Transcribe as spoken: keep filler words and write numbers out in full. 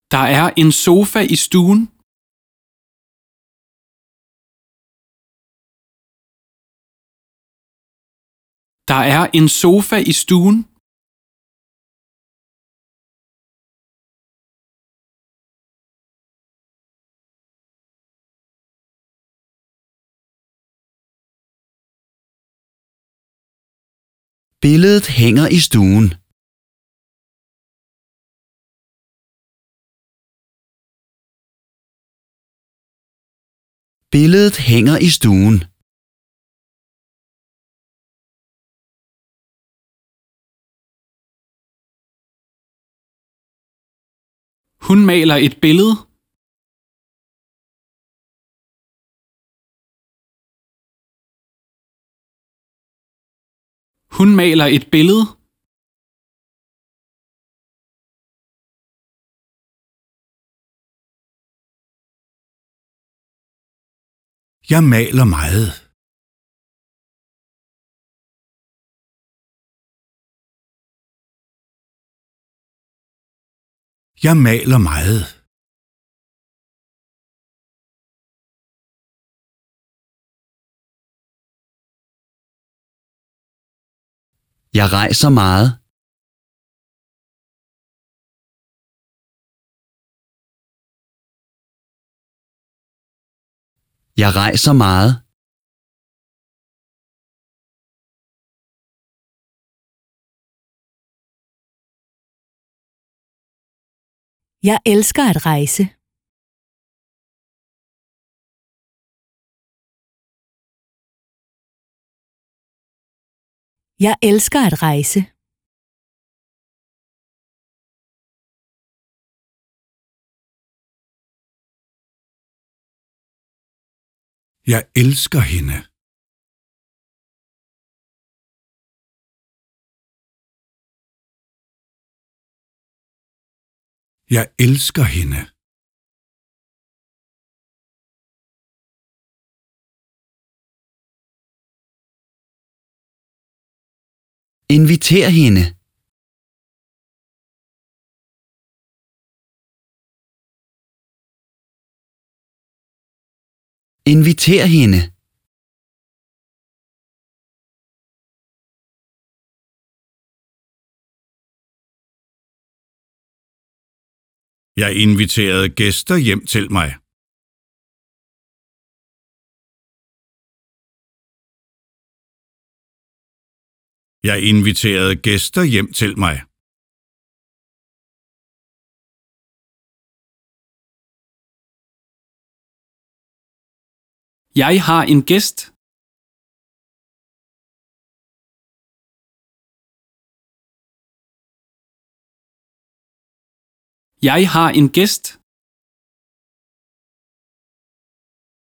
Der er en sofa i stuen. Der er en sofa i stuen. Billedet hænger i stuen. Billedet hænger i stuen. Hun maler et billede. Hun maler et billede. Jeg maler meget. Jeg maler meget. Jeg rejser meget. Jeg rejser meget. Jeg elsker at rejse. Jeg elsker at rejse. Jeg elsker hende. Jeg elsker hende. Inviter hende. Inviter hende. Jeg inviterede gæster hjem til mig. Jeg inviterede gæster hjem til mig. Jeg har en gæst. Jeg har en gæst.